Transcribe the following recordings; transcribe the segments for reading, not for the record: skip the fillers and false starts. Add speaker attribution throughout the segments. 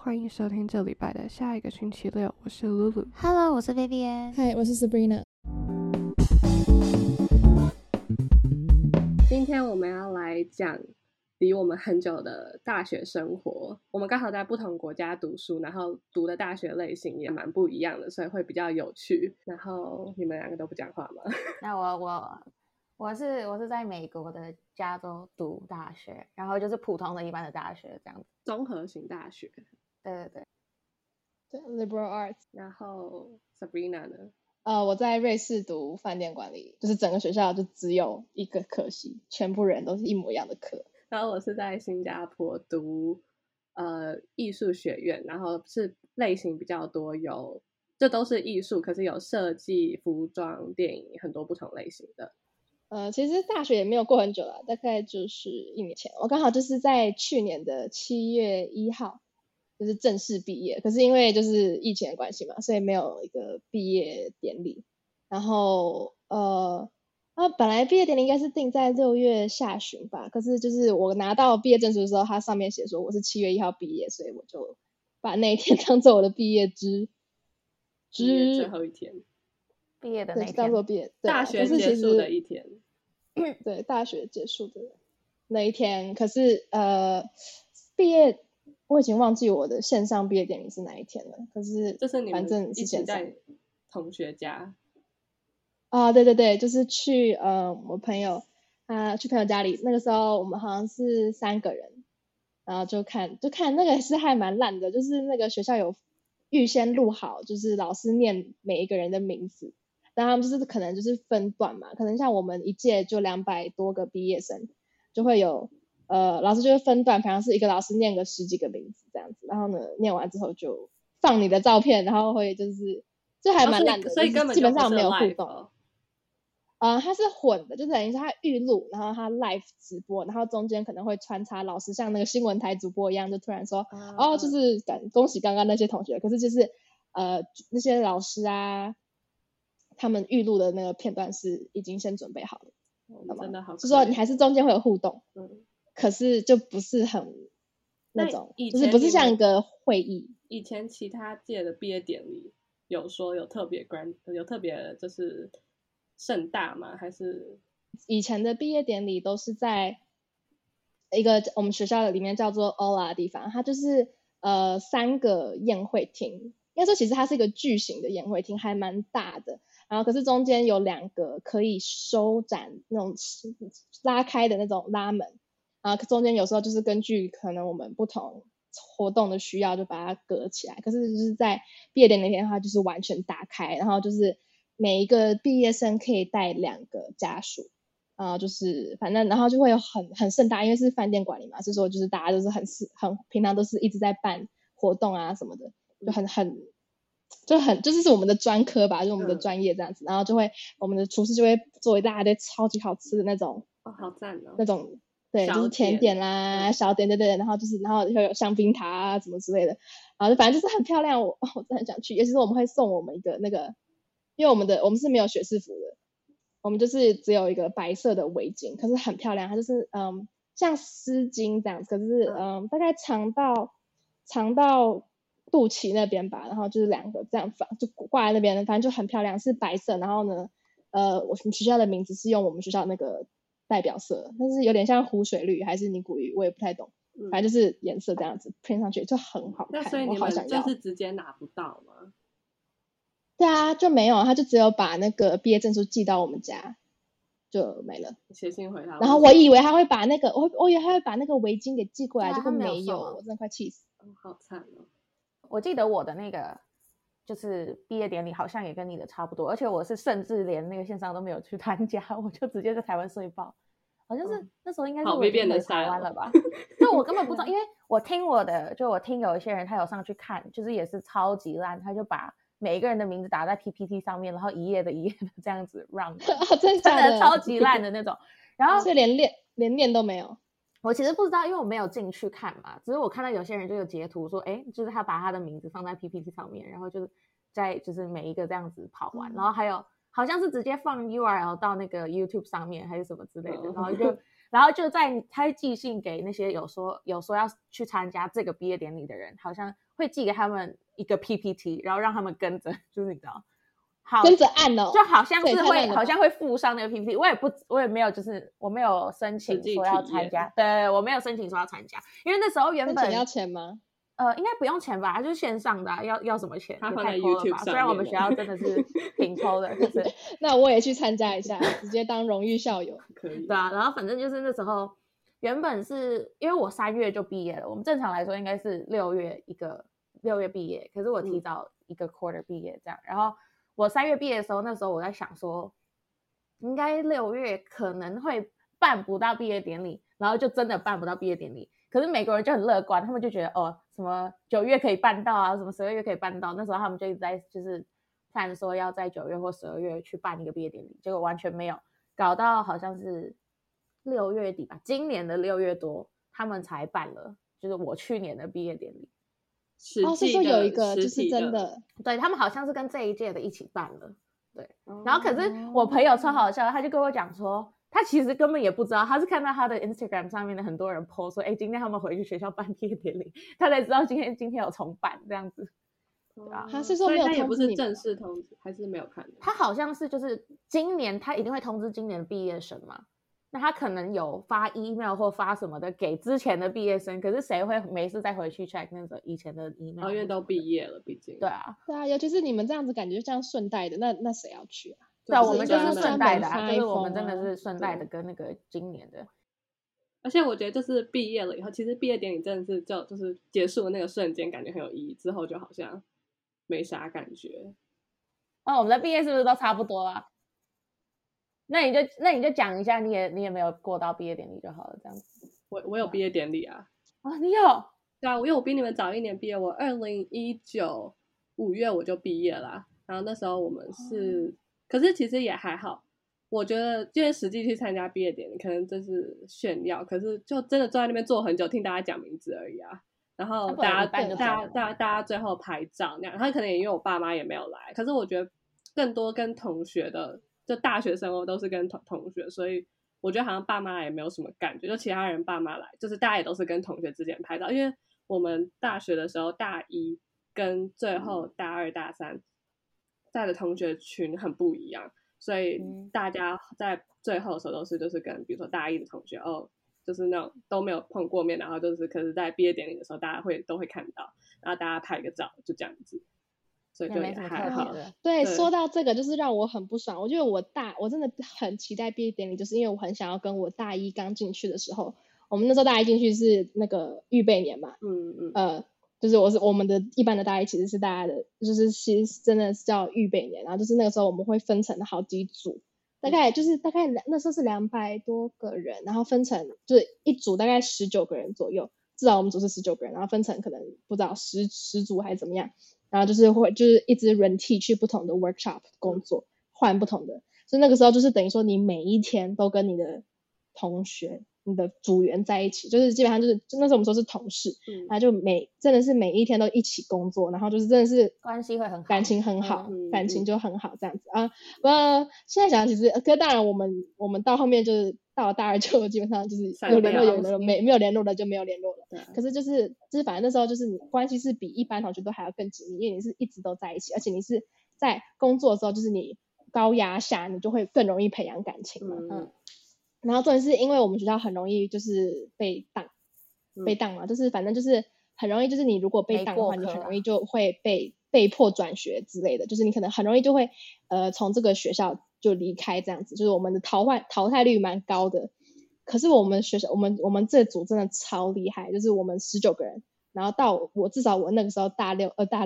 Speaker 1: 欢迎收听这礼拜的下一个星期六，我是露露。
Speaker 2: Hello， 我是 Vivian。
Speaker 3: 嗨，我是 Sabrina。
Speaker 1: 今天我们要来讲离我们很久的大学生活。我们刚好在不同国家读书，然后读的大学类型也蛮不一样的，所以会比较有趣。然后你们两个都不讲话吗？
Speaker 2: 那我是在美国的加州读大学，然后就是普通的一般的大学这样子，
Speaker 1: 综合型大学。
Speaker 3: 对 Liberal Arts。
Speaker 1: 然后 Sabrina 呢？
Speaker 3: 我在瑞士读饭店管理，就是整个学校就只有一个科系，全部人都是一模一样的课。
Speaker 1: 然后我是在新加坡读艺术学院，然后是类型比较多，这都是艺术，可是有设计、服装、电影，很多不同类型的。
Speaker 3: 其实大学也没有过很久了，大概就是1年前，我刚好就是在去年的7月1号就是正式毕业，可是因为就是疫情的关系嘛，所以没有一个毕业典礼。然后本来毕业典礼应该是定在6月下旬吧，可是就是我拿到毕业证书的时候，它上面写说我是7月1号毕业，所以我就把那一天当做我的毕业
Speaker 1: 最后一天，
Speaker 2: 毕业的那一天，
Speaker 3: 当做毕业，
Speaker 1: 大学结束的一天。
Speaker 3: 对，大学结束的那一天。可是毕业我已经忘记我的线上毕业典礼是哪一天了，可是
Speaker 1: 就是你
Speaker 3: 反正
Speaker 1: 们一起在同学家
Speaker 3: 对，就是去我朋友去朋友家里，那个时候我们好像是3个人，然后就看那个是还蛮烂的，就是那个学校有预先录好，就是老师念每一个人的名字，然后他们就是可能就是分段嘛，可能像我们一届就200多个毕业生，就会有老师就会分段，好像是一个老师念个10几个名字这样子，然后呢念完之后就放你的照片，然后会就还蛮烂的，
Speaker 1: 所以根本
Speaker 3: 基本上没有互
Speaker 1: 动。
Speaker 3: 它是混的，就等于是它预录，然后它 live 直播，然后中间可能会穿插老师像那个新闻台主播一样，就突然说就是恭喜刚刚那些同学，可是就是那些老师啊，他们预录的那个片段是已经先准备好了，
Speaker 1: 真的好，
Speaker 3: 就说你还是中间会有互动，可是就不是很那种，就是不是像一个会议。
Speaker 1: 以前其他届的毕业典礼有说有特别就是盛大吗？还是
Speaker 3: 以前的毕业典礼都是在一个我们学校里面叫做 Ola 的地方，它就是3个宴会厅，应该说其实它是一个巨型的宴会厅，还蛮大的，然后可是中间有2个可以收展那种拉开的那种拉门，然后中间有时候就是根据可能我们不同活动的需要就把它隔起来，可是就是在毕业典礼那天的话就是完全打开，然后就是每一个毕业生可以带2个家属，就是反正然后就会有很盛大，因为是饭店管理嘛，所以说就是大家都是很平常都是一直在办活动啊什么的，就是我们的专科吧，就是我们的专业这样子，然后就会我们的厨师就会做一大堆超级好吃的那种，
Speaker 1: 好赞哦，
Speaker 3: 那种对，就是甜点啦、小点对，然后会有香槟塔啊什么之类的，然后就反正就是很漂亮，我真的很想去，尤其是我们会送我们一个那个，因为我们是没有学士服的，我们就是只有一个白色的围巾，可是很漂亮，它就是像丝巾这样子，可是大概长到肚脐那边吧，然后就是2个这样就挂在那边，反正就很漂亮，是白色，然后呢我们学校的名字是用我们学校那个代表色，但是有点像湖水绿还是尼古绿，我也不太懂，反正就是颜色这样子拼上去就很好看。
Speaker 1: 那所以你们就是直接拿不到吗？
Speaker 3: 对啊，就没有，他就只有把那个毕业证书寄到我们家就没了，
Speaker 1: 写信回他。
Speaker 3: 然后我以为他会把那个我以为他会把那个围巾给寄过来，结果没有，我真的快气死。
Speaker 1: 好惨哦。
Speaker 2: 我记得我的那个就是毕业典礼好像也跟你的差不多，而且我是甚至连那个线上都没有去参加，我就直接在台湾睡爆，好像是那时候应该是我已经回台湾了吧，就我根本不知道，因为我听有一些人他有上去看，就是也是超级烂，他就把每一个人的名字打在 PPT 上面，然后一页的这样子 run
Speaker 3: 真的
Speaker 2: 超级烂的那种，然后
Speaker 3: 所以连念都没有。
Speaker 2: 我其实不知道，因为我没有进去看嘛，只是我看到有些人就有截图说，就是他把他的名字放在 PPT 上面，然后就是每一个这样子跑完，然后还有好像是直接放 URL 到那个 YouTube 上面还是什么之类的，然后然后就他寄信给那些有说要去参加这个毕业典礼的人，好像会寄给他们一个 PPT， 然后让他们跟着，就是你知道，
Speaker 3: 跟着按哦，
Speaker 2: 就好像会附上那个 PPT， 我也没有，就是我没有申请说要参加，对，我没有申请说要参加，因为那时候原本
Speaker 3: 要钱吗？
Speaker 2: 应该不用钱吧，就是线上的要什么钱？
Speaker 1: 他放在 YouTube 上面，
Speaker 2: 虽然我们学校真的是挺抽的，就是
Speaker 3: 那我也去参加一下，直接当荣誉校友
Speaker 1: 可以。
Speaker 2: 对啊，然后反正就是那时候原本是因为我3月就毕业了，我们正常来说应该是6月毕业，可是我提早一个 quarter 毕业这样，然后我3月毕业的时候，那时候我在想说，应该6月可能会办不到毕业典礼，然后就真的办不到毕业典礼。可是美国人就很乐观，他们就觉得什么9月可以办到啊，什么12月可以办到。那时候他们就一直在就是plan说要在9月或12月去办一个毕业典礼，结果完全没有，搞到好像是6月底吧，今年的6月多他们才办了，就是我去年的毕业典礼。
Speaker 3: 是说有一个就是真的，
Speaker 2: 对，他们好像是跟这一届的一起办了，对。然后可是我朋友超好笑，他就跟我讲说，他其实根本也不知道，他是看到他的 Instagram 上面的很多人 po 说，今天他们回去学校办毕业典礼，他才知道今天有重办这样子。
Speaker 3: 他是说没有通知你，
Speaker 1: 所以他也不是正式通知，还是没有看。
Speaker 2: 他好像是就是今年他一定会通知今年的毕业生嘛。那他可能有发 email 或发什么的给之前的毕业生，可是谁会没事再回去 check 那个以前的 email？
Speaker 1: 因为都毕业了，毕竟。
Speaker 2: 对啊，
Speaker 3: 尤其是你们这样子感觉这样顺带的，那谁要去啊？
Speaker 2: 对啊，我们就是顺带的就是我们真的是顺带的跟那个今年的。
Speaker 1: 而且我觉得就是毕业了以后，其实毕业典礼真的是就是结束的那个瞬间感觉很有意义，之后就好像没啥感觉。
Speaker 2: 我们的毕业是不是都差不多啊？那你就讲一下，你也没有过到毕业典礼就好了，这样子。
Speaker 1: 我有毕业典礼啊。
Speaker 2: 你有？
Speaker 1: 对啊，因为我比你们早1年毕业，我2019 5月我就毕业啦。然后那时候我们是，可是其实也还好。我觉得因为实际去参加毕业典礼，可能就是炫耀，可是就真的坐在那边坐很久，听大家讲名字而已啊。然后大家最后拍照那样，他可能也因为我爸妈也没有来，可是我觉得更多跟同学的。就大学生活都是跟同学，所以我觉得好像爸妈也没有什么感觉，就其他人爸妈来，就是大家也都是跟同学之间拍照，因为我们大学的时候大1跟最后大2大3在的同学群很不一样，所以大家在最后的时候都是就是跟比如说大1的同学就是那种都没有碰过面，然后就是可是在毕业典礼的时候大家都会看到，然后大家拍个照就这样子。所以就也还好。
Speaker 3: 对，说到这个就是让我很不爽。我觉得我真的很期待毕业典礼，就是因为我很想要跟我大1刚进去的时候，我们那时候大1进去是那个预备年嘛，就是我们的一般的大1其实是大家的，就是其实真的是叫预备年，然后就是那个时候我们会分成好几组，大概那时候是200多个人，然后分成就是一组大概19个人左右，至少我们组是19个人，然后分成可能不知道10组还是怎么样。然后就是一直轮替去不同的 workshop 工作，换不同的，所以那个时候就是等于说你每一天都跟你的同学、你的组员在一起，就是基本上就那时候我们说是同事，然后就真的是每一天都一起工作，然后就是真的是
Speaker 2: 关系会很好，
Speaker 3: 感情很好，感情就很好这样子啊。现在想其实，可当然我们到后面就是到了大2就基本上就是有联络，没有联络的就没有联络了。可是就是反正那时候就是你关系是比一般同学都还要更紧密，因为你是一直都在一起，而且你是在工作的时候，就是你高压下你就会更容易培养感情嘛。然后重点是因为我们学校很容易就是被当嘛，就是反正就是很容易，就是你如果被当的话，你很容易就会被迫转学之类的，就是你可能很容易就会从这个学校就离开这样子，就是我们的淘汰率蛮高的。可是我们学校我们这组真的超厉害，就是我们19个人，然后到至少我那个时候大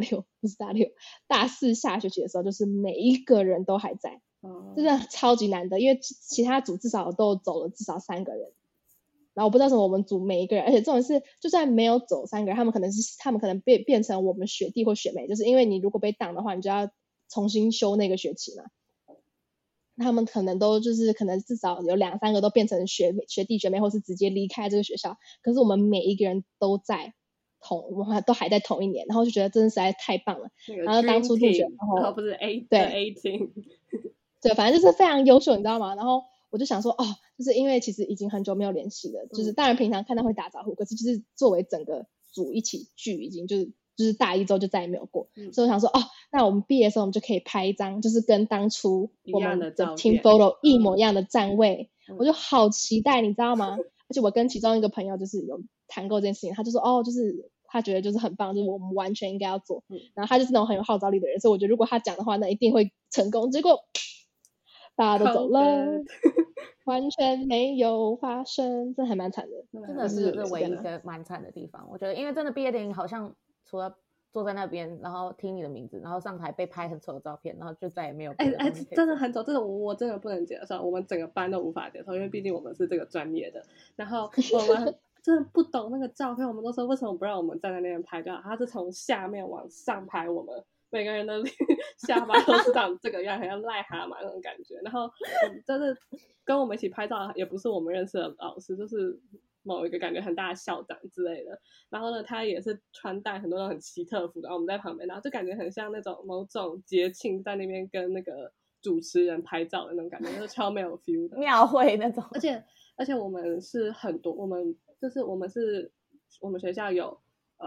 Speaker 3: 4下学期的时候，就是每一个人都还在，真的超级难的，因为其他组至少都走了至少3个人，然后我不知道为什么我们组每一个人，而且这种是就算没有走3个人，他们可能变成我们学弟或学妹，就是因为你如果被当的话，你就要重新修那个学期嘛。他们可能都就是可能至少有2-3个都变成学弟学妹，或是直接离开这个学校。可是我们每一个人都我们都还在同一年，然后就觉得真的实在太棒了。然后当初入学，
Speaker 1: 然后不是 A team，
Speaker 3: 对，反正就是非常优秀，你知道吗？然后我就想说就是因为其实已经很久没有联系了，就是当然平常看到会打招呼，可是就是作为整个组一起聚已经就是大一之后就再也没有过，所以我想说那我们毕业的时候我们就可以拍一张就是跟当初我们的 team photo 一模一样的站位，我就好期待你知道吗？而且我跟其中一个朋友就是有谈过这件事情，他就说就是他觉得就是很棒，就是我们完全应该要做，然后他就是那种很有号召力的人，所以我觉得如果他讲的话那一定会成功，结果大家都走了完全没有发生，这还蛮惨的，
Speaker 2: 真的是唯一一个蛮惨的地方。我觉得因为真的毕业典礼好像除了坐在那边然后听你的名字然后上台被拍很丑的照片然后就再也没有
Speaker 1: 真的很丑，这个我真的不能接受，我们整个班都无法接受，因为毕竟我们是这个专业的，然后我们真的不懂那个照片，我们都说为什么不让我们站在那边拍就好，他是从下面往上拍，我们每个人的下巴都是长这个样，很像癞蛤蟆那种感觉，然后就是跟我们一起拍照也不是我们认识的老师，就是某一个感觉很大的校长之类的，然后呢他也是穿戴很多很奇特服，然后我们在旁边，然后就感觉很像那种某种节庆在那边跟那个主持人拍照的那种感觉，就是超没有 feel 的
Speaker 2: 庙会那种。
Speaker 1: 而且我们是很多，我们学校有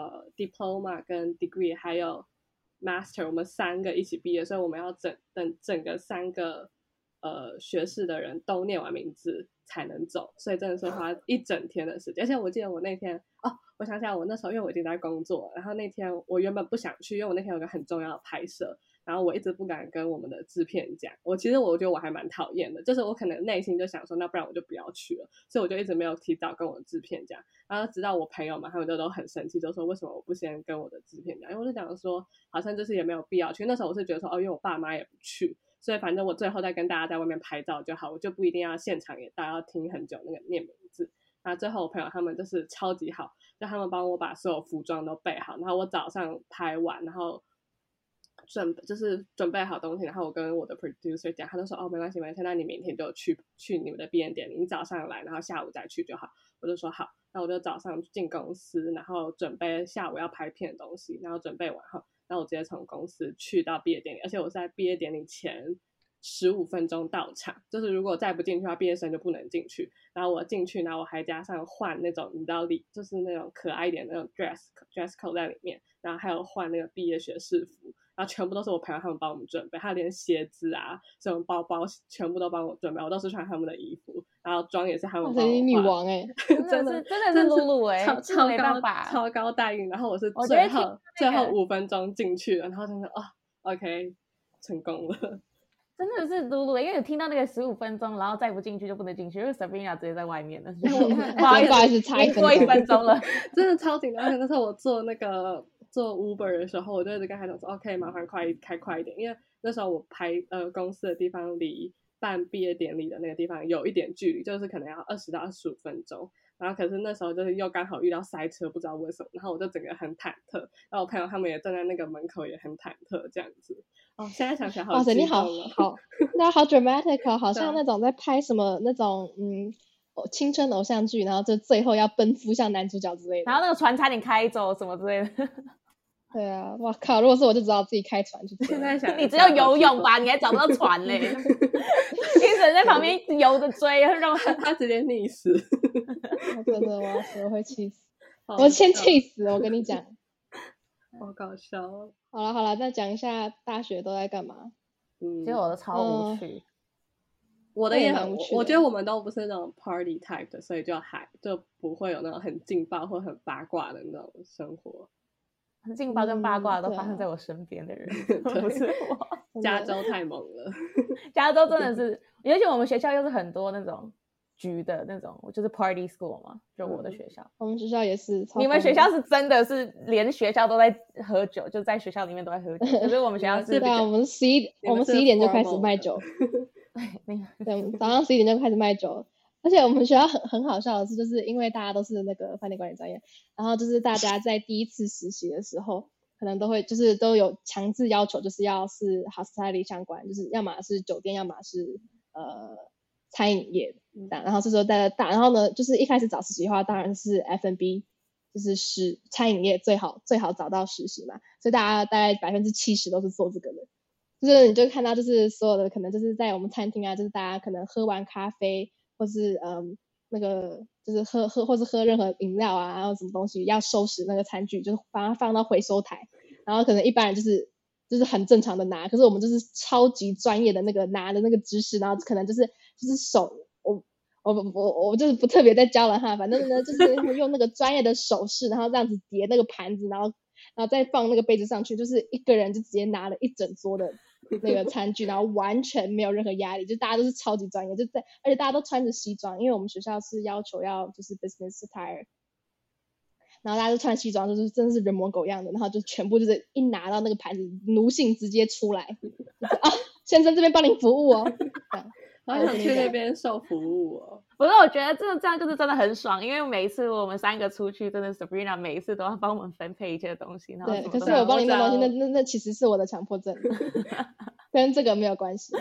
Speaker 1: diploma 跟 degree 还有 master， 我们3个一起毕业，所以我们要等整个3个学士的人都念完名字才能走，所以真的是花一整天的时间。而且我记得我那天我想起来我那时候因为我已经在工作，然后那天我原本不想去，因为我那天有个很重要的拍摄，然后我一直不敢跟我们的制片讲，其实我觉得我还蛮讨厌的，就是我可能内心就想说那不然我就不要去了，所以我就一直没有提早跟我的制片讲，然后直到我朋友嘛他们就都很生气，就说为什么我不先跟我的制片讲，因为我就讲说好像就是也没有必要去，那时候我是觉得说因为我爸妈也不去，所以反正我最后再跟大家在外面拍照就好，我就不一定要现场也大家要听很久那个念名字。然后最后我朋友他们就是超级好，就他们帮我把所有服装都备好，然后我早上拍完然后准备好东西，然后我跟我的 producer 讲，他就说没关系没关系，那你明天就去你们的毕业典礼，你早上来然后下午再去就好。我就说好，那我就早上进公司，然后准备下午要拍片的东西，然后准备完后，然后我直接从公司去到毕业典礼，而且我是在毕业典礼前15分钟到场，就是如果再不进去的话毕业生就不能进去，然后我进去，然后我还加上换那种你知道就是那种可爱一点的那种 dress code 在里面，然后还有换那个毕业学士服，然后全部都是我朋友他们帮我们准备，他连鞋子啊什么包包全部都帮我准备，我都是穿他们的衣服，然后妆也是他们帮我化。
Speaker 3: 女王
Speaker 2: 真的是露露
Speaker 1: 超高待遇，然后我是最后5分钟进去了，然后真的OK 成功了。
Speaker 2: 真的是露露，因为有听到那个15分钟，然后再不进去就不能进去，因为 Sabrina 直接在外面了，
Speaker 3: 不好意思，差
Speaker 2: 1分钟了，
Speaker 1: 真的超紧张。而且那时候我做Uber 的时候，我就一直跟他讲说 OK 麻烦开快一点，因为那时候我拍公司的地方离办毕业典礼的那个地方有一点距离，就是可能要20到25分钟，然后可是那时候就是又刚好遇到塞车，不知道为什么，然后我就整个很忐忑，然后我朋友他们也站在那个门口也很忐忑这样子。现在想起来好激动哦。
Speaker 3: 哇塞，你好那好 dramatic 好像那种在拍什么那种青春偶像剧，然后就最后要奔赴像男主角之类的，
Speaker 2: 然后那个船差点开走什么之类的。
Speaker 3: 对啊，哇靠！如果是我就知道自己开船去。
Speaker 1: 现在想
Speaker 2: 你只有游泳吧，你还找不到船嘞。一直在旁边游着追，让
Speaker 1: 他直接溺死。
Speaker 3: 真的，我会气死，我先气死，我跟你讲。
Speaker 1: 好搞笑哦。
Speaker 3: 好了，再讲一下大学都在干嘛。
Speaker 2: 其实我的超无趣。
Speaker 1: 我的也很，我觉得我们都不是那种 party type 的，所以就不会有那种很劲爆或很八卦的那种生活。
Speaker 2: 很劲爆跟八卦都发生在我身边的人，不是我。
Speaker 1: 加州太猛了。
Speaker 2: 加州真的是，而且我们学校又是很多那种局的那种，就是 party school 嘛，就我的学校。
Speaker 3: 我们学校也是。
Speaker 2: 你们学校是真的是连学校都在喝酒，就在学校里面都在喝酒。可是我们学校是，
Speaker 3: 对啊，我们11点就开始卖酒。对，早上11点就开始卖酒。而且我们学校很好笑的是，就是因为大家都是那个饭店管理专业，然后就是大家在第一次实习的时候，可能都会就是都有强制要求，就是要是 hospitality 相关，就是要么是酒店，要么是餐饮业的。然后这时候然后呢，就是一开始找实习的话，当然是 F&B， 就是餐饮业最好找到实习嘛，所以大概70%都是做这个的。 就是你就看到就是所有的可能就是在我们餐厅啊，就是大家可能喝完咖啡或是那个就是或是喝任何饮料啊，然后什么东西要收拾那个餐具，就是把它放到回收台，然后可能一般人就是很正常的拿，可是我们就是超级专业的那个拿的那个姿势，然后可能就是手我就是不特别在教了哈，反正呢就是会用那个专业的手势，然后这样子叠那个盘子，然后再放那个杯子上去，就是一个人就直接拿了一整桌的那个餐具，然后完全没有任何压力，就大家都是超级专业，而且大家都穿着西装，因为我们学校是要求要就是 business attire， 然后大家都穿西装，就是真的是人模狗样的，然后就全部就是一拿到那个盘子，奴性直接出来，就是先生这边帮您服务哦，这样。
Speaker 1: 好想去那边受服务哦。
Speaker 2: 不是，我觉得这样就是真的很爽，因为每一次我们3个出去，真的 Sabrina 每一次都要帮我们分配一些东西。然后
Speaker 3: 对，可是我帮你弄东西，那其实是我的强迫症，跟这个没有关系。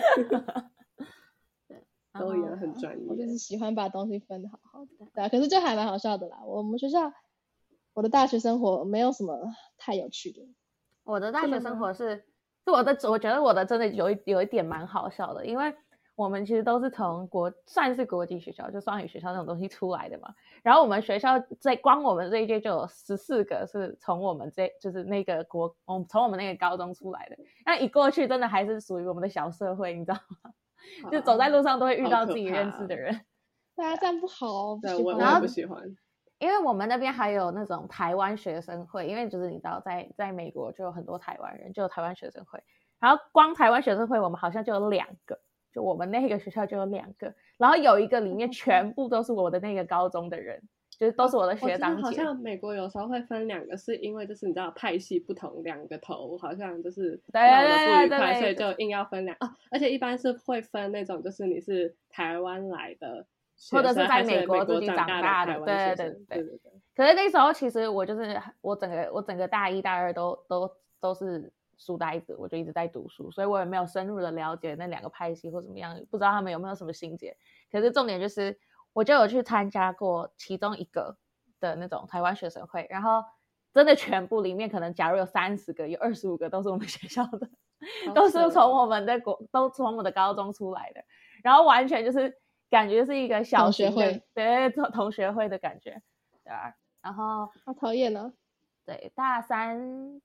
Speaker 1: 都一样很专业。
Speaker 3: 我就是喜欢把东西分得好好的，对啊，可是就还蛮好笑的啦。我们学校，我的大学生活没有什么太有趣的。
Speaker 2: 我的大学生活我觉得我的真的有一点蛮好笑的，因为我们其实都是从算是国际学校，就双语学校那种东西出来的嘛。然后我们学校光我们这一届就有14个是从我们就是那个从我们那个高中出来的。那一过去真的还是属于我们的小社会，你知道吗？就走在路上都会遇到自己认识的人。
Speaker 3: 对啊，这样不好。
Speaker 1: 对，我也不喜欢。
Speaker 2: 因为我们那边还有那种台湾学生会，因为就是你知道在美国就有很多台湾人，就有台湾学生会。然后光台湾学生会我们好像就有2个，就我们那个学校就有2个，然后有一个里面全部都是我的那个高中的人，就是都是我的学长姐。
Speaker 1: 好像美国有时候会分2个，是因为就是你知道派系不同，2个头好像就是闹得不愉快，所以就硬要分2个。而且一般是会分那种就是你是台湾来的学生，
Speaker 2: 或者是在
Speaker 1: 美
Speaker 2: 国自己长大的，对。可是那时候其实我就是我整个大1大2都是书呆子，我就一直在读书，所以我也没有深入的了解那2个派系或怎么样，不知道他们有没有什么心结。可是重点就是我就有去参加过其中一个的那种台湾学生会，然后真的全部里面可能假如有30个，有25个都是我们学校的，都是从我们的高中出来的，然后完全就是感觉是一个小型的对同学会的感觉，对吧？然后
Speaker 3: 好讨厌啊。
Speaker 2: 对，大三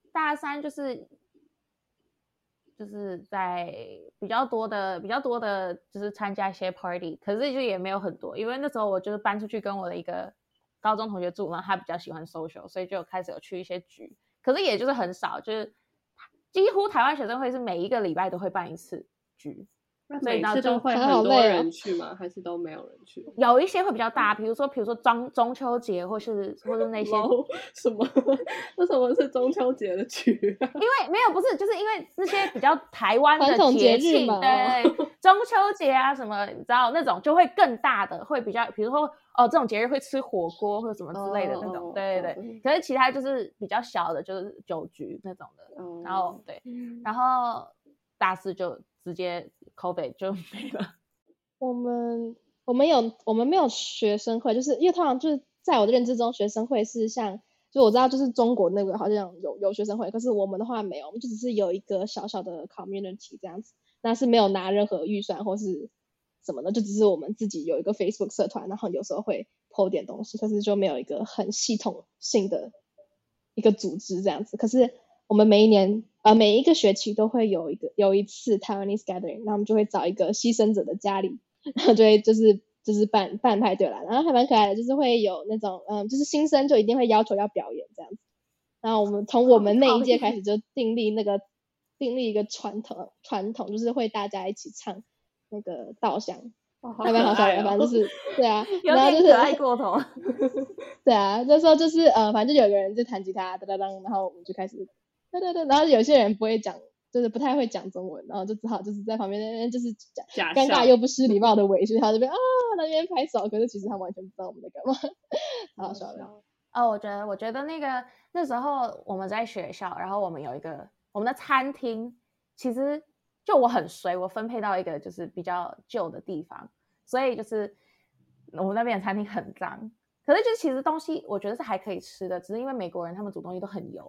Speaker 2: 就是在比较多的就是参加一些 party， 可是就也没有很多，因为那时候我就是搬出去跟我的一个高中同学住，然后他比较喜欢 social， 所以就开始有去一些局，可是也就是很少，就是几乎台湾学生会是每一个礼拜都会办一次局。
Speaker 1: 那每次都会很多人去吗？还是都没有人去？
Speaker 2: 有一些会比较大，比如说中秋节或是那些
Speaker 1: 什么？为什么是中秋节的局
Speaker 2: 因为没有不是，就是因为那些比较台湾的
Speaker 3: 节
Speaker 2: 庆，
Speaker 3: 对，
Speaker 2: 中秋节啊什么，你知道那种就会更大的，会比较，比如说这种节日会吃火锅或者什么之类的那种，对。可是其他就是比较小的，就是酒局那种的，然后对，然后大4就直接 COVID 就没了。
Speaker 3: 我们没有学生会，就是因为通常就是在我的认知中，学生会是像就我知道就是中国那个好像有学生会，可是我们的话没有，我们就只是有一个小小的 community 这样子，那是没有拿任何预算或是什么的，就只是我们自己有一个 Facebook 社团，然后有时候会 po 点东西，可是就没有一个很系统性的一个组织这样子。可是我们每一个学期都会有一次 Taiwanese gathering， 那我们就会找一个牺牲者的家里，然后就会就是办派对啦，然后还蛮可爱的，就是会有那种就是新生就一定会要求要表演这样子。然后我们从我们那一届开始就订立一个传统，就是会大家一起唱那个稻香，还蛮好笑的，反正就是对啊，然后就是
Speaker 2: 可爱过头。
Speaker 3: 对啊，那时候就是反正就有个人就弹吉他哒哒哒，然后我们就开始对，然后有些人不会讲，就是不太会讲中文，然后就只好就是在旁边就是尴尬又不失礼貌的委屈他这边那边拍手，可是其实他完全不知道我们在干嘛，好笑的。
Speaker 2: 我觉得那时候我们在学校，然后我们有一个我们的餐厅，其实就我很衰，我分配到一个就是比较旧的地方，所以就是我们那边的餐厅很脏，可是就其实东西我觉得是还可以吃的，只是因为美国人他们煮东西都很油嘛，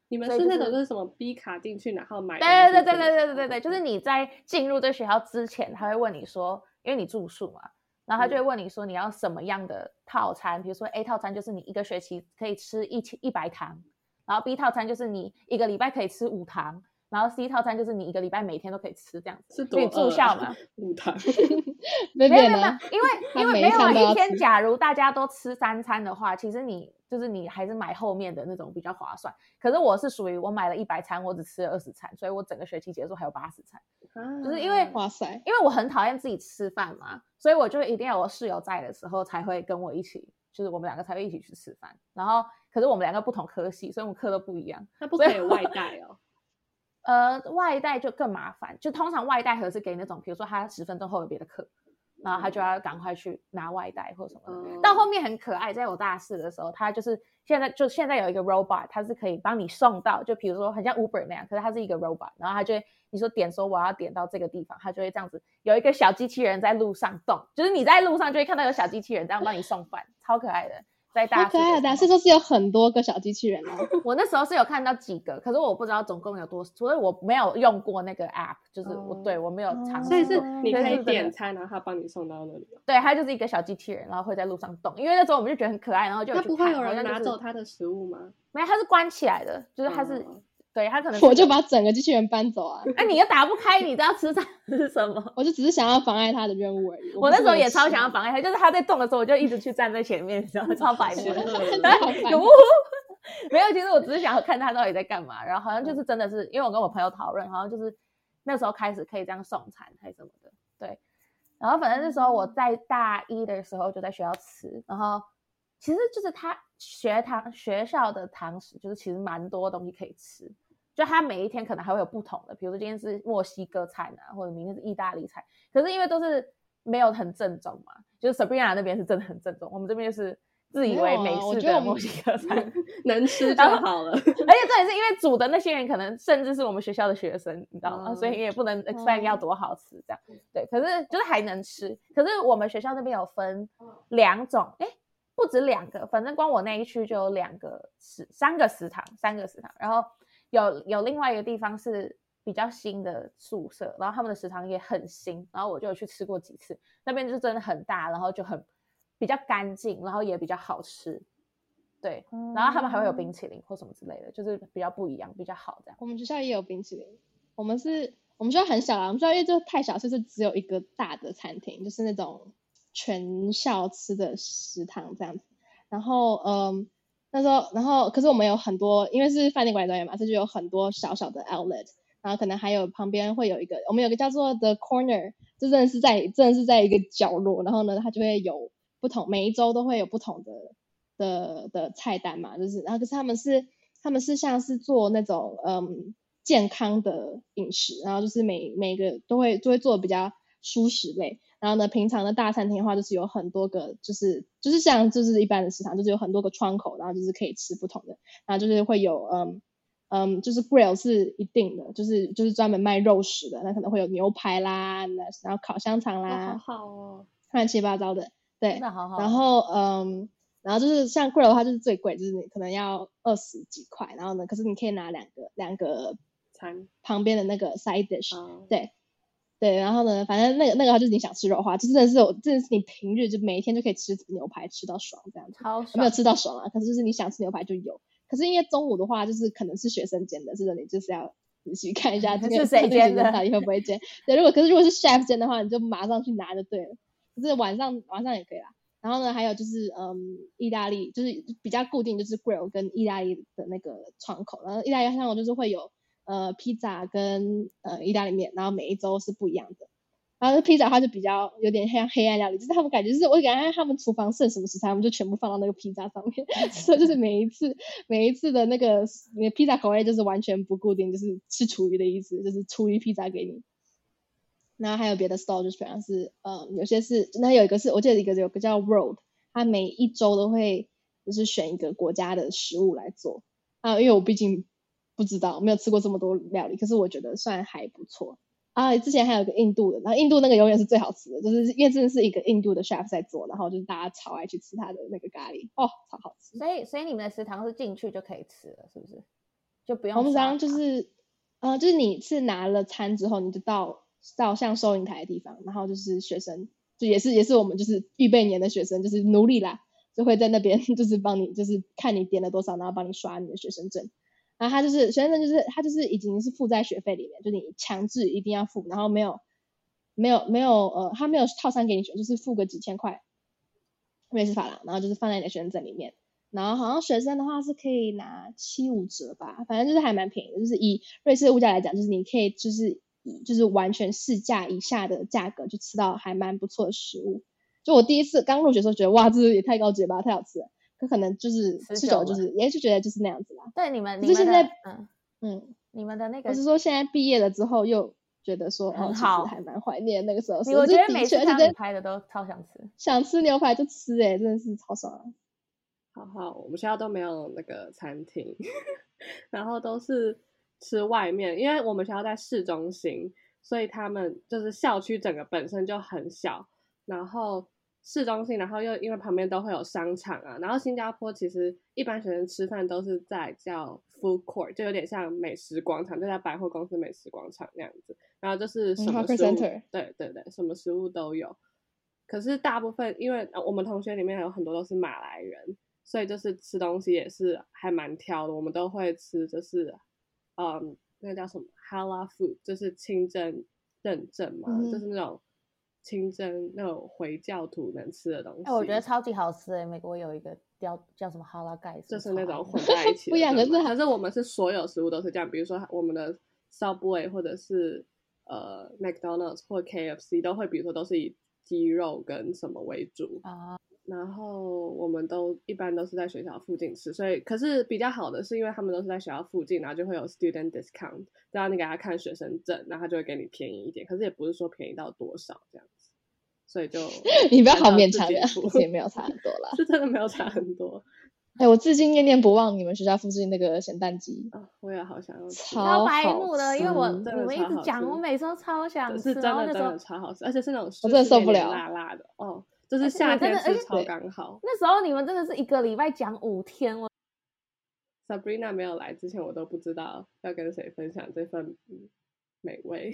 Speaker 1: 你们是那种就是什么 B 卡进去然后买？
Speaker 2: 对，就是你在进入这学校之前，他会问你说，因为你住宿嘛，然后他就会问你说你要什么样的套餐，比如说 A 套餐就是你一个学期可以吃100堂，然后 B 套餐就是你一个礼拜可以吃5堂，然后 C 套餐就是你一个礼拜每天都可以吃这样子。
Speaker 1: 是多
Speaker 2: 住校嘛
Speaker 1: ？5堂？
Speaker 2: 没有，因为没有一天，假如大家都吃3餐的话，其实你还是买后面的那种比较划算。可是我是属于我买了100餐，我只吃了20餐，所以我整个学期结束还有80餐。就是因为
Speaker 3: 哇塞，
Speaker 2: 因为我很讨厌自己吃饭嘛，所以我就一定要我室友在的时候才会跟我一起，就是我们2个才会一起去吃饭。然后可是我们2个不同科系，所以我们课都不一样。
Speaker 1: 那不可以外带哦。
Speaker 2: 外带就更麻烦，就通常外带盒是给那种，比如说他10分钟后有别的课，然后他就要赶快去拿外带或什么的。到后面很可爱，在我大4的时候，他就是现在有一个 robot， 它是可以帮你送到，就比如说很像 Uber 那样，可是它是一个 robot， 然后他就会你说点说我要点到这个地方，他就会这样子有一个小机器人在路上动，就是你在路上就会看到有小机器人这样帮你送饭，超可爱的。在大
Speaker 3: 好可爱的，是说是有很多个小机器人哦。
Speaker 2: 我那时候是有看到几个，可是我不知道总共有多少，所以我没有用过那个 app， 就是我没有尝试。
Speaker 1: 所以是你可以点餐，然后他帮你送到那里。
Speaker 2: 对，他就是一个小机器人，然后会在路上动。因为那时候我们就觉得很可爱，然后就有去看。
Speaker 1: 那不会有人拿走他的食物吗？
Speaker 2: 没有，他是关起来的，就是他是。对，他可能
Speaker 3: 我就把整个机器人搬走啊！
Speaker 2: 你又打不开，你知道吃什么？
Speaker 3: 我就只是想要妨碍他的任务而已。
Speaker 2: 我那时候也超想要妨碍他，就是他在动的时候，我就一直去站在前面，你知道吗？超白痴。没有，其实我只是想要看他到底在干嘛。然后好像就是真的是，因为我跟我朋友讨论，好像就是那时候开始可以这样送餐还是什么的。对，然后反正那时候我在大1的时候就在学校吃，然后其实就是他学校的堂食就是其实蛮多东西可以吃。就他每一天可能还会有不同的，比如说今天是墨西哥菜呢，或者明天是意大利菜。可是因为都是没有很正宗嘛，就是 Sabrina 那边是真的很正宗，我们这边就是自以为美式的墨西哥菜，
Speaker 1: 能吃就好了。而且
Speaker 2: 重点是因为煮的那些人可能甚至是我们学校的学生，你知道吗？所以也不能 expect 要多好吃这样。对，可是就是还能吃。可是我们学校那边有分2种，不止2个，反正光我那一区就有3个食堂，然后有另外一个地方是比较新的宿舍，然后他们的食堂也很新，然后我就有去吃过几次，那边就是真的很大，然后就比较干净，然后也比较好吃。对，然后他们还会有冰淇淋或什么之类的，就是比较不一样，比较好这样。
Speaker 3: 我们学校也有冰淇淋，我们学校很小啦，我们学校因为就太小，就是只有一个大的餐厅，就是那种全校吃的食堂这样子。然后那时候，然后可是我们有很多，因为是饭店管理专业嘛，所以就有很多小小的 outlet， 然后可能还有旁边会有一个，我们有个叫做 The Corner， 就真的是在一个角落，然后呢，它就会有每一周都会有不同的菜单嘛，就是然后可是他们是像是做那种健康的饮食，然后就是每个都会做的比较蔬食类。然后呢，平常的大餐厅的话，就是有很多个，就是像就是一般的食堂，就是有很多个窗口，然后就是可以吃不同的，然后就是会有就是 grill 是一定的，就是专门卖肉食的，那可能会有牛排啦，然后烤香肠啦，
Speaker 1: 好好哦，
Speaker 3: 乱七八糟的，对，
Speaker 2: 真的好好。
Speaker 3: 然后然后就是像 grill 的话，就是最贵，就是你可能要20几块，然后呢，可是你可以拿两个
Speaker 1: 餐
Speaker 3: 旁边的那个 side dish，对，然后呢，反正那个就是你想吃肉的话，就真的是你平日就每一天就可以吃牛排吃到爽这样子，没有吃到爽啊，可是就是你想吃牛排就有。可是因为中午的话，就是可能是学生煎的，是你就是要仔细看一下这个
Speaker 2: 是谁煎的，
Speaker 3: 到底会不会煎。对，如果是 chef 煎的话，你就马上去拿就对了。可是晚上也可以啦。然后呢，还有就是意大利就是比较固定，就是 grill 跟意大利的那个窗口，然后意大利窗口就是会有披萨跟意大利面，然后每一周是不一样的。然后披萨的话就比较有点像黑暗料理，就是他们感觉就是我感觉他们厨房剩什么食材，我们就全部放到那个披萨上面，所以就是每一次的那个披萨口味就是完全不固定，就是吃厨余的意思，就是厨余披萨给你。然后还有别的 store 就是好像是有些是那有一个是我记得有个叫 Road， 它每一周都会就是选一个国家的食物来做啊，因为我毕竟不知道没有吃过这么多料理，可是我觉得算还不错啊。之前还有一个印度的，然后印度那个永远是最好吃的，就是因为真的是一个印度的 chef 在做，然后就是大家超爱去吃他的那个咖喱，超好吃。
Speaker 2: 所以你们的食堂是进去就可以吃了，是不是？ 就不用
Speaker 3: 红章就是就是你是拿了餐之后，你就到像收银台的地方，然后就是学生就也是我们就是预备年的学生，就是奴隶啦，就会在那边就是帮你就是看你点了多少，然后帮你刷你的学生证。然后他就是学生证，就是他就是已经是付在学费里面，就是你强制一定要付，然后没有他没有套餐给你选，就是付个几千块瑞士法郎，然后就是放在你的学生证里面。然后好像学生的话是可以拿75折吧，反正就是还蛮便宜的，就是以瑞士的物价来讲，就是你可以就是完全市价以下的价格就吃到还蛮不错的食物。就我第一次刚入学的时候觉得哇，这也太高级了吧，太好吃了。可能就是吃久就是也就觉得就是那样子啦。
Speaker 2: 对，你们
Speaker 3: 就现在
Speaker 2: 你们的那个，
Speaker 3: 我是说现在毕业了之后又觉得说
Speaker 2: 很
Speaker 3: 好，其实还蛮怀念那个时候。
Speaker 2: 我觉得每次看你拍的都超想吃，
Speaker 3: 想吃牛排就吃真的是超爽啊。
Speaker 1: 好，我们学校都没有那个餐厅，然后都是吃外面，因为我们学校在市中心，所以他们就是校区整个本身就很小，然后市中心，然后又因为旁边都会有商场啊，然后新加坡其实一般学生吃饭都是在叫 food court， 就有点像美食广场，就在百货公司美食广场那样子，然后就是什么食物，对，什么食物都有。可是大部分因为我们同学里面有很多都是马来人，所以就是吃东西也是还蛮挑的，我们都会吃就是那个叫什么 Halal food， 就是清真认证嘛，就是那种清真那种回教徒能吃的东西。
Speaker 2: 我觉得超级好吃美国有一个叫什么哈拉盖，
Speaker 1: 就是那种混在一起的
Speaker 3: 不一样，
Speaker 1: 可是我们是所有食物都是这样，比如说我们的 Subway 或者是McDonald's 或 KFC 都会，比如说都是以鸡肉跟什么为主然后我们一般都是在学校附近吃，所以可是比较好的是因为他们都是在学校附近，然后就会有 student discount， 只要你给他看学生证，然后他就会给你便宜一点，可是也不是说便宜到多少这样子，所以就
Speaker 3: 你不要好勉强的，也没有差很多啦，
Speaker 1: 是真的没有差很多。
Speaker 3: 我至今念念不忘你们学校附近那个咸蛋鸡
Speaker 1: 我也好想要吃，
Speaker 3: 超
Speaker 2: 白目的，因为你们一直讲，我每次都超想吃，
Speaker 1: 是真的超好吃，而且是那种
Speaker 3: 我真的受不了
Speaker 1: 辣辣的就是夏天吃超刚好。
Speaker 2: 那时候你们真的是一个礼拜讲5天。
Speaker 1: Sabrina 没有来之前，我都不知道要跟谁分享这份美味。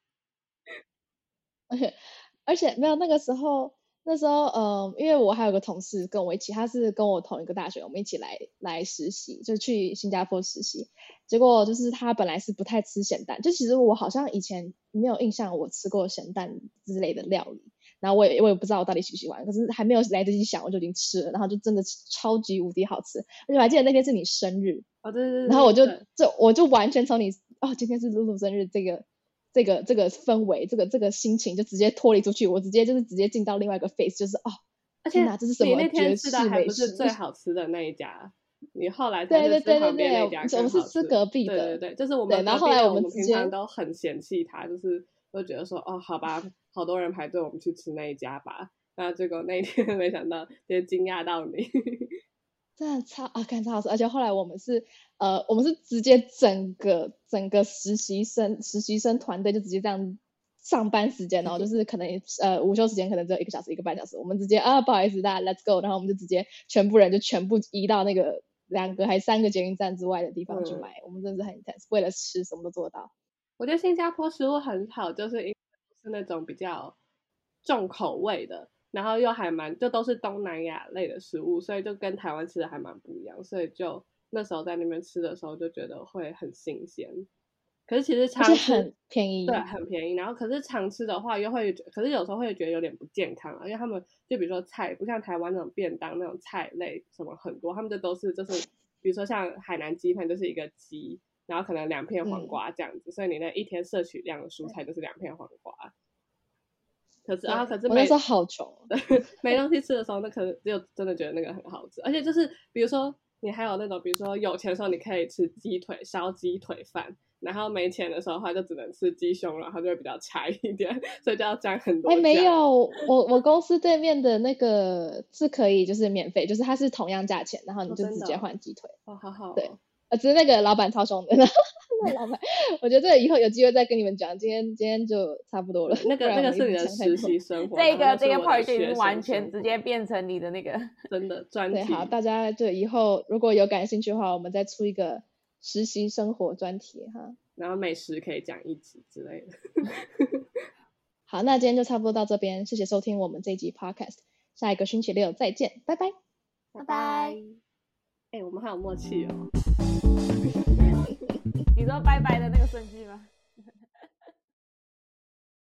Speaker 3: 而且没有那时候因为我还有个同事跟我一起，他是跟我同一个大学，我们一起来实习，就去新加坡实习。结果就是他本来是不太吃咸蛋，就其实我好像以前没有印象我吃过咸蛋之类的料理，然后我也不知道我到底喜不喜欢，可是还没有来得及想我就已经吃了，然后就真的超级无敌好吃。而且我还记得那天是你生日
Speaker 1: 对，
Speaker 3: 然后我就完全从你今天是露露生日这个氛围，这个心情就直接脱离出去，我直接进到另外一个 phase， 就是
Speaker 1: 而且
Speaker 3: 这是什么？
Speaker 1: 你那天吃的还不是最好吃的那一家，你后来才是吃旁边那家
Speaker 3: 我们是吃隔壁的，
Speaker 1: 对，就是我们
Speaker 3: 然后后来
Speaker 1: 我们平常都很嫌弃他，就是都觉得说好吧，好多人排队，我们去吃那一家吧。那结果那一天没想到，直接惊讶到你。
Speaker 3: 真的超好吃，而且后来我们是直接整个实习生团队就直接这样上班时间，然后就是可能午休时间可能只有1个小时1个半小时，我们直接不好意思大家 let's go， 然后我们就直接全部人就全部移到那个2个还3个捷运站之外的地方去买，我们真的是很 intense， 为了吃什么都做得到。
Speaker 1: 我觉得新加坡食物很好，就是因为是那种比较重口味的，然后又还就都是东南亚类的食物，所以就跟台湾吃的还蛮不一样，所以就那时候在那边吃的时候就觉得会很新鲜。可是其实常吃
Speaker 3: 很便宜，
Speaker 1: 对，很便宜。然后可是常吃的话可是有时候会觉得有点不健康因为他们就比如说菜不像台湾那种便当那种菜类什么很多，他们都是就是比如说像海南鸡饭就是一个鸡，然后可能2片黄瓜这样子，所以你那一天摄取量的蔬菜就是2片黄瓜。可是
Speaker 3: 我那时候好穷，
Speaker 1: 没东西吃的时候，那可能就真的觉得那个很好吃。而且就是比如说你还有那种，比如说有钱的时候你可以吃烧鸡腿饭，然后没钱的时候的话就只能吃鸡胸，然后就会比较柴一点，所以就要加很多酱。
Speaker 3: 没有，我公司对面的那个是可以就是免费，就是它是同样价钱，然后你就直接换鸡腿。
Speaker 1: 好
Speaker 3: 对，只是那个老板超凶的。那老板，我觉得这个以后有机会再跟你们讲。今天就差不多了。
Speaker 1: 那个是你的实习生活，
Speaker 2: 这个 part 就已经完全直接变成你的那个
Speaker 1: 真的专题。
Speaker 3: 对，好，大家就以后如果有感兴趣的话，我们再出一个实习生活专题哈。
Speaker 1: 然后美食可以讲一集之类的。
Speaker 3: 好，那今天就差不多到这边，谢谢收听我们这一集 podcast， 下一个星期六再见，拜拜，
Speaker 2: 拜拜。
Speaker 1: 我们还有默契哦。
Speaker 2: 你说拜拜的那个顺序吗？